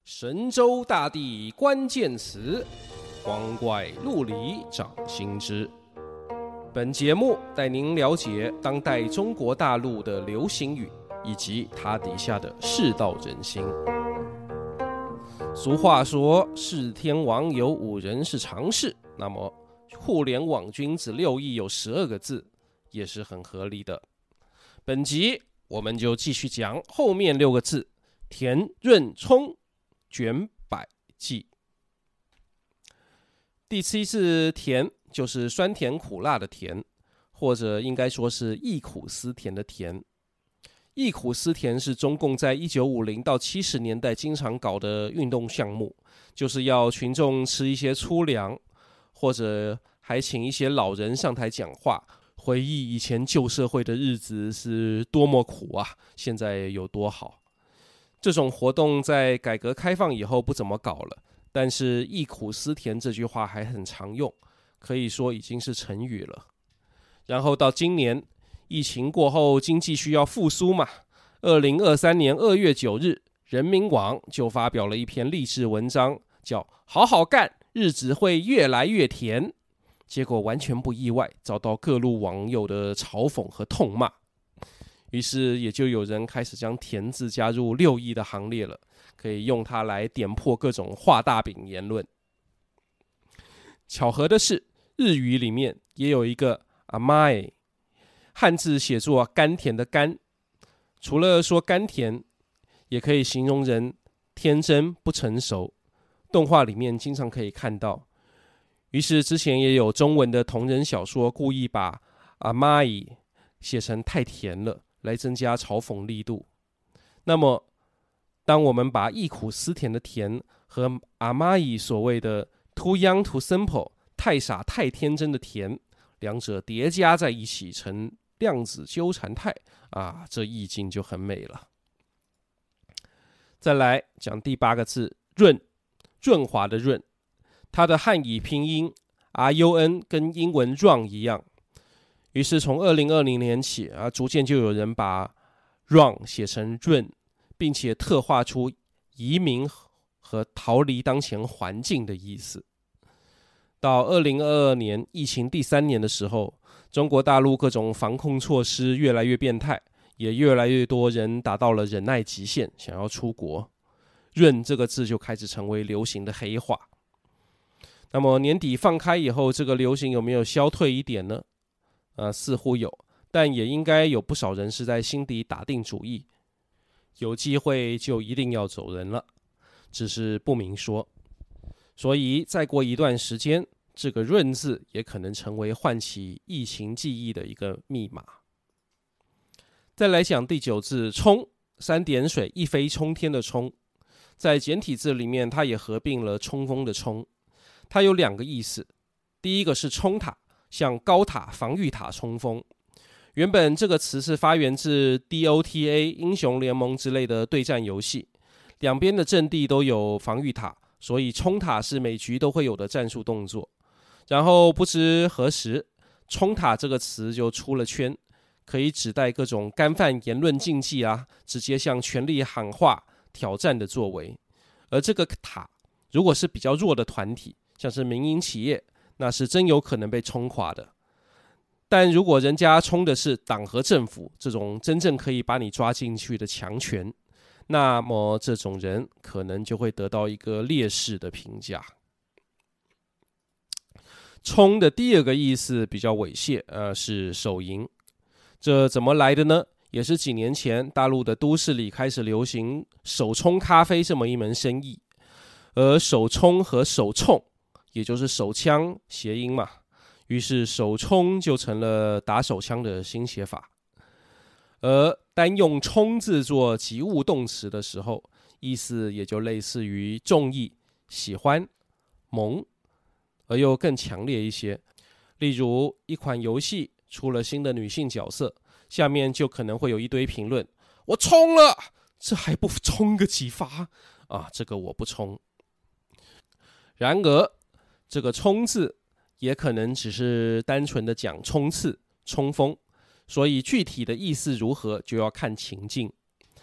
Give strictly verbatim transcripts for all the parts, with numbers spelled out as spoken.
神州大地关键词，光怪陆离掌心之。本节目带您了解当代中国大陆的流行语以及它底下的世道人心。俗话说世天王有五人是常事，那么互联网君子六艺有十二个字也是很合理的。本集我们就继续讲后面六个字：甜润冲卷百记。第七次甜就是酸甜苦辣的甜，或者应该说是忆苦思甜的甜。忆苦思甜是中共在一九五零到七十年代经常搞的运动项目，就是要群众吃一些粗粮，或者还请一些老人上台讲话，回忆以前旧社会的日子是多么苦啊，现在有多好。这种活动在改革开放以后不怎么搞了，但是忆苦思甜这句话还很常用，可以说已经是成语了。然后到今年疫情过后，经济需要复苏嘛，二零二三年二月九日，人民网就发表了一篇励志文章，叫好好干，日子会越来越甜。结果完全不意外，遭到各路网友的嘲讽和痛骂。于是也就有人开始将甜字加入六艺的行列了，可以用它来点破各种画大饼言论。巧合的是，日语里面也有一个阿麦，汉字写作甘甜的甘，除了说甘甜，也可以形容人天真不成熟，动画里面经常可以看到。于是之前也有中文的同人小说故意把阿麦写成太甜了，来增加嘲讽力度。那么当我们把忆苦思甜的甜和阿玛伊所谓的 too young too simple 太傻太天真的甜，两者叠加在一起成量子纠缠态啊，这意境就很美了。再来讲第八个字润，润滑的润，它的汉语拼音 R U N 跟英文 run 一样，于是从二零二零年起啊，逐渐就有人把 run 写成润，并且特化出移民和逃离当前环境的意思。到二零二二年疫情第三年的时候，中国大陆各种防控措施越来越变态，也越来越多人达到了忍耐极限，想要出国，润这个字就开始成为流行的黑话。那么年底放开以后，这个流行有没有消退一点呢？呃，似乎有，但也应该有不少人是在心底打定主意，有机会就一定要走人了，只是不明说。所以再过一段时间，这个润字也可能成为唤起疫情记忆的一个密码。再来讲第九字冲，三点水一飞冲天的冲，在简体字里面它也合并了冲锋的冲，它有两个意思。第一个是冲塔，像高塔、防御塔冲锋。原本这个词是发源自 D O T A 英雄联盟之类的对战游戏，两边的阵地都有防御塔，所以冲塔是每局都会有的战术动作。然后不知何时，冲塔这个词就出了圈，可以指代各种干犯言论禁忌啊，直接向权力喊话挑战的作为。而这个塔如果是比较弱的团体，像是民营企业，那是真有可能被冲垮的。但如果人家冲的是党和政府这种真正可以把你抓进去的强权，那么这种人可能就会得到一个劣势的评价。冲的第二个意思比较猥亵，呃，是手淫。这怎么来的呢？也是几年前大陆的都市里开始流行手冲咖啡这么一门生意，而手冲和手冲也就是手枪谐音嘛，于是手冲就成了打手枪的新写法。而单用冲字做及物动词的时候，意思也就类似于中意、喜欢、萌，而又更强烈一些。例如一款游戏出了新的女性角色，下面就可能会有一堆评论，我冲了，这还不冲个几发啊，这个我不冲。然而这个冲字也可能只是单纯的讲冲刺、冲锋，所以具体的意思如何就要看情境。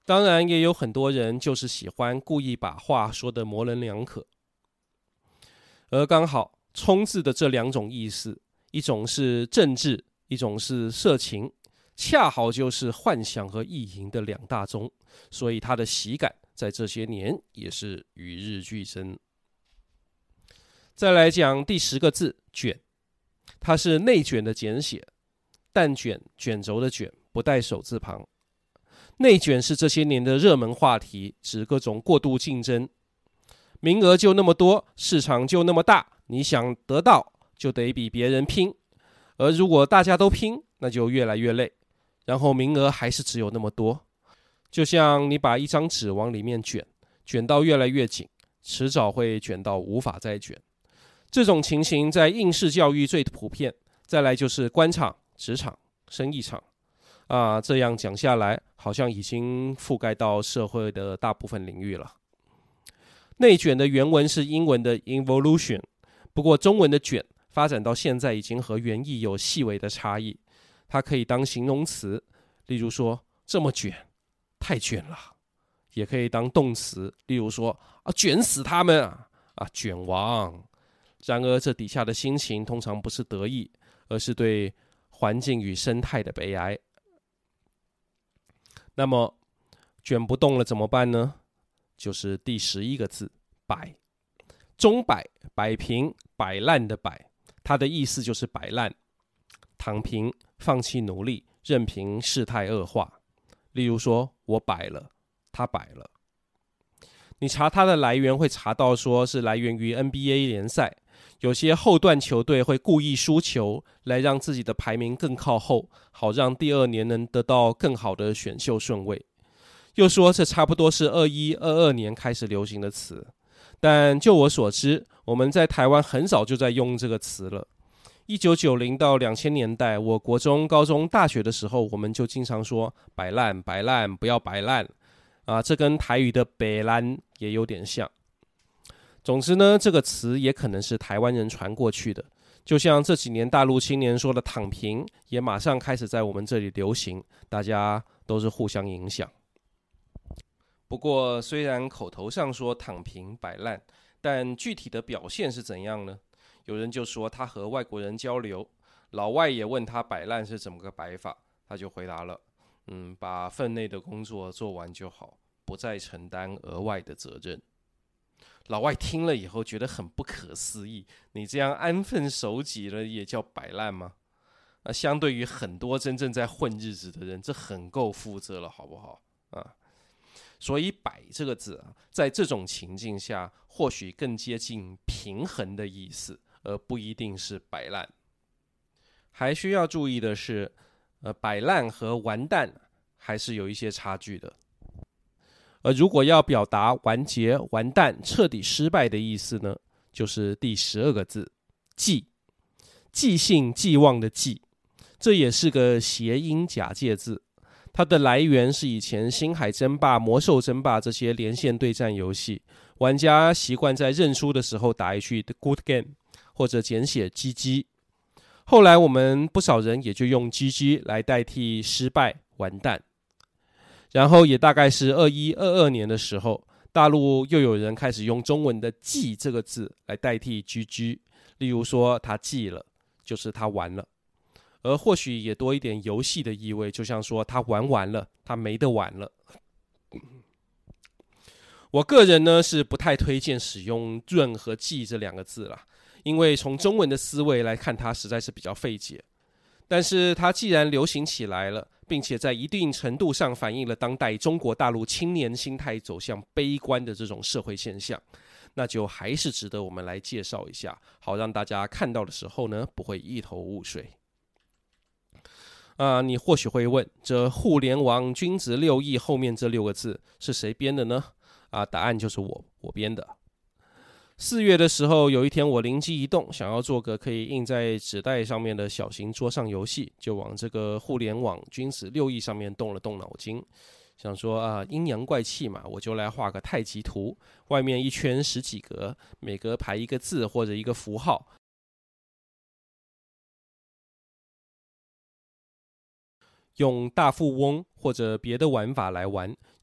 当然也有很多人就是喜欢故意把话说得模棱两可。而刚好冲字的这两种意思，一种是政治，一种是色情，恰好就是幻想和意淫的两大宗，所以它的喜感在这些年也是与日俱增。再来讲第十个字卷，它是内卷的简写，蛋卷卷轴的卷，不带手字旁。内卷是这些年的热门话题，指各种过度竞争，名额就那么多，市场就那么大，你想得到就得比别人拼，而如果大家都拼，那就越来越累，然后名额还是只有那么多。就像你把一张纸往里面卷，卷到越来越紧，迟早会卷到无法再卷。这种情形在应试教育最普遍，再来就是官场、职场、生意场啊，这样讲下来，好像已经覆盖到社会的大部分领域了。内卷的原文是英文的 involution， 不过中文的卷发展到现在已经和原意有细微的差异。它可以当形容词，例如说这么卷，太卷了；也可以当动词，例如说啊卷死他们啊，啊卷王。然而这底下的心情通常不是得意，而是对环境与生态的悲哀。那么卷不动了怎么办呢？就是第十一个字摆，钟摆、摆平、摆烂的摆，它的意思就是摆烂、躺平、放弃努力，任凭事态恶化。例如说我摆了，他摆了。你查它的来源会查到说是来源于 N B A 联赛，有些后段球队会故意输球来让自己的排名更靠后，好让第二年能得到更好的选秀顺位。又说这差不多是二一、二二年开始流行的词，但就我所知，我们在台湾很早就在用这个词了。一九九零到两千年代，我国中、高中、大学的时候，我们就经常说摆烂、摆烂，不要摆烂啊，这跟台语的北烂也有点像。总之呢，这个词也可能是台湾人传过去的，就像这几年大陆青年说的躺平，也马上开始在我们这里流行，大家都是互相影响。不过虽然口头上说躺平摆烂，但具体的表现是怎样呢？有人就说他和外国人交流，老外也问他摆烂是怎么个摆法，他就回答了，嗯，把分内的工作做完就好，不再承担额外的责任。老外听了以后觉得很不可思议，你这样安分守己了也叫摆烂吗？那相对于很多真正在混日子的人，这很够负责了，好不好啊？所以摆这个字啊，在这种情境下或许更接近平衡的意思，而不一定是摆烂。还需要注意的是，呃，摆烂和完蛋还是有一些差距的。而如果要表达完结、完蛋、彻底失败的意思呢，就是第十二个字寄，寄信寄望的寄，这也是个谐音假借字。它的来源是以前星海争霸、魔兽争霸这些连线对战游戏，玩家习惯在认输的时候打一句 The Good Game， 或者简写 G G。后来我们不少人也就用 G G 来代替失败、完蛋。然后也大概是二一、二二年的时候，大陆又有人开始用中文的记这个字来代替 G G， 例如说他记了，就是他完了。而或许也多一点游戏的意味，就像说他玩完了，他没得玩了。我个人呢是不太推荐使用润和记这两个字啦，因为从中文的思维来看，它实在是比较费解。但是它既然流行起来了，并且在一定程度上反映了当代中国大陆青年心态走向悲观的这种社会现象，那就还是值得我们来介绍一下，好让大家看到的时候呢不会一头雾水。啊，你或许会问，这互联网君子六艺后面这六个字是谁编的呢？啊，答案就是我，我编的。四月的时候，有一天我灵机一动，想要做个可以印在纸袋上面的小型桌上游戏，就往这个互联网君子六艺上面动了动脑筋，想说啊，阴阳怪气嘛，我就来画个太极图，外面一圈十几格，每格排一个字或者一个符号。用大富翁或者别的玩法来玩，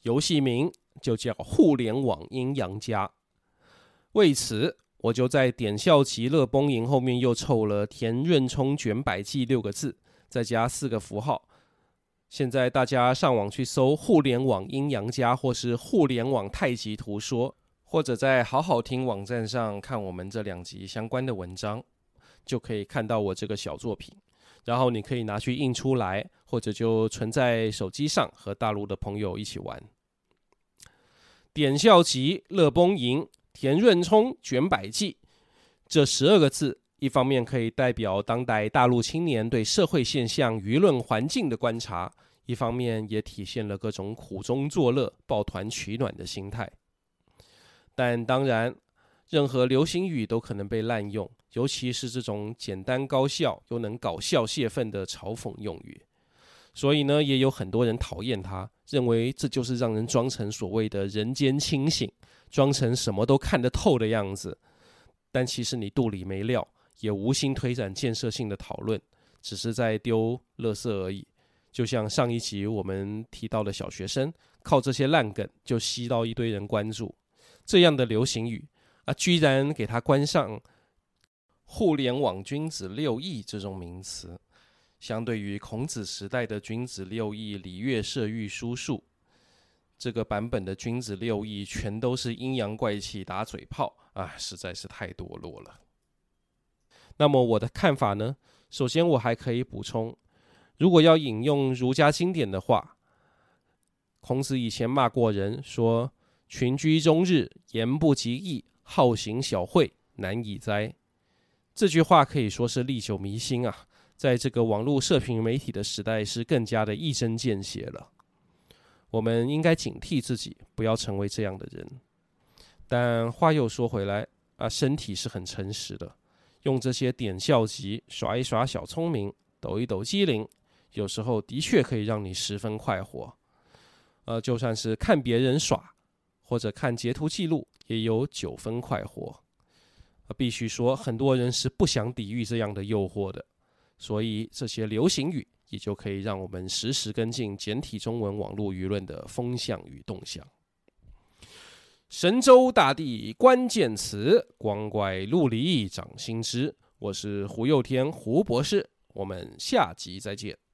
游戏名就叫互联网阴阳家。为此，我就在点笑集乐崩营后面又凑了田润冲卷百记六个字，再加四个符号。现在大家上网去搜互联网阴阳家或是互联网太极图说，或者在好好听网站上看我们这两集相关的文章，就可以看到我这个小作品。然后你可以拿去印出来，或者就存在手机上和大陆的朋友一起玩。点笑集乐崩营田润冲卷百记，这十二个字一方面可以代表当代大陆青年对社会现象、舆论环境的观察，一方面也体现了各种苦中作乐、抱团取暖的心态。但当然，任何流行语都可能被滥用，尤其是这种简单高效又能搞笑泄愤的嘲讽用语。所以呢，也有很多人讨厌它，认为这就是让人装成所谓的人间清醒，装成什么都看得透的样子。但其实你肚里没料，也无心推展建设性的讨论，只是在丢垃圾而已。就像上一集我们提到的小学生，靠这些烂梗就吸到一堆人关注。这样的流行语啊，居然给他关上互联网君子六艺这种名词，相对于孔子时代的君子六艺礼乐射御书数，这个版本的君子六艺全都是阴阳怪气打嘴炮啊，实在是太堕落了。那么我的看法呢？首先我还可以补充，如果要引用儒家经典的话，孔子以前骂过人说，群居终日，言不及义，好行小惠，难以哉。这句话可以说是历久弥新啊，在这个网络社群媒体的时代是更加的一针见血了。我们应该警惕自己，不要成为这样的人。但话又说回来啊，身体是很诚实的，用这些点笑集耍一耍小聪明，抖一抖机灵，有时候的确可以让你十分快活。呃，就算是看别人耍，或者看截图记录，也有九分快活。呃、必须说，很多人是不想抵御这样的诱惑的，所以这些流行语也就可以让我们实时跟进简体中文网络舆论的风向与动向。神州大地关键词，光怪陆离掌心之。我是胡佑天胡博士，我们下集再见。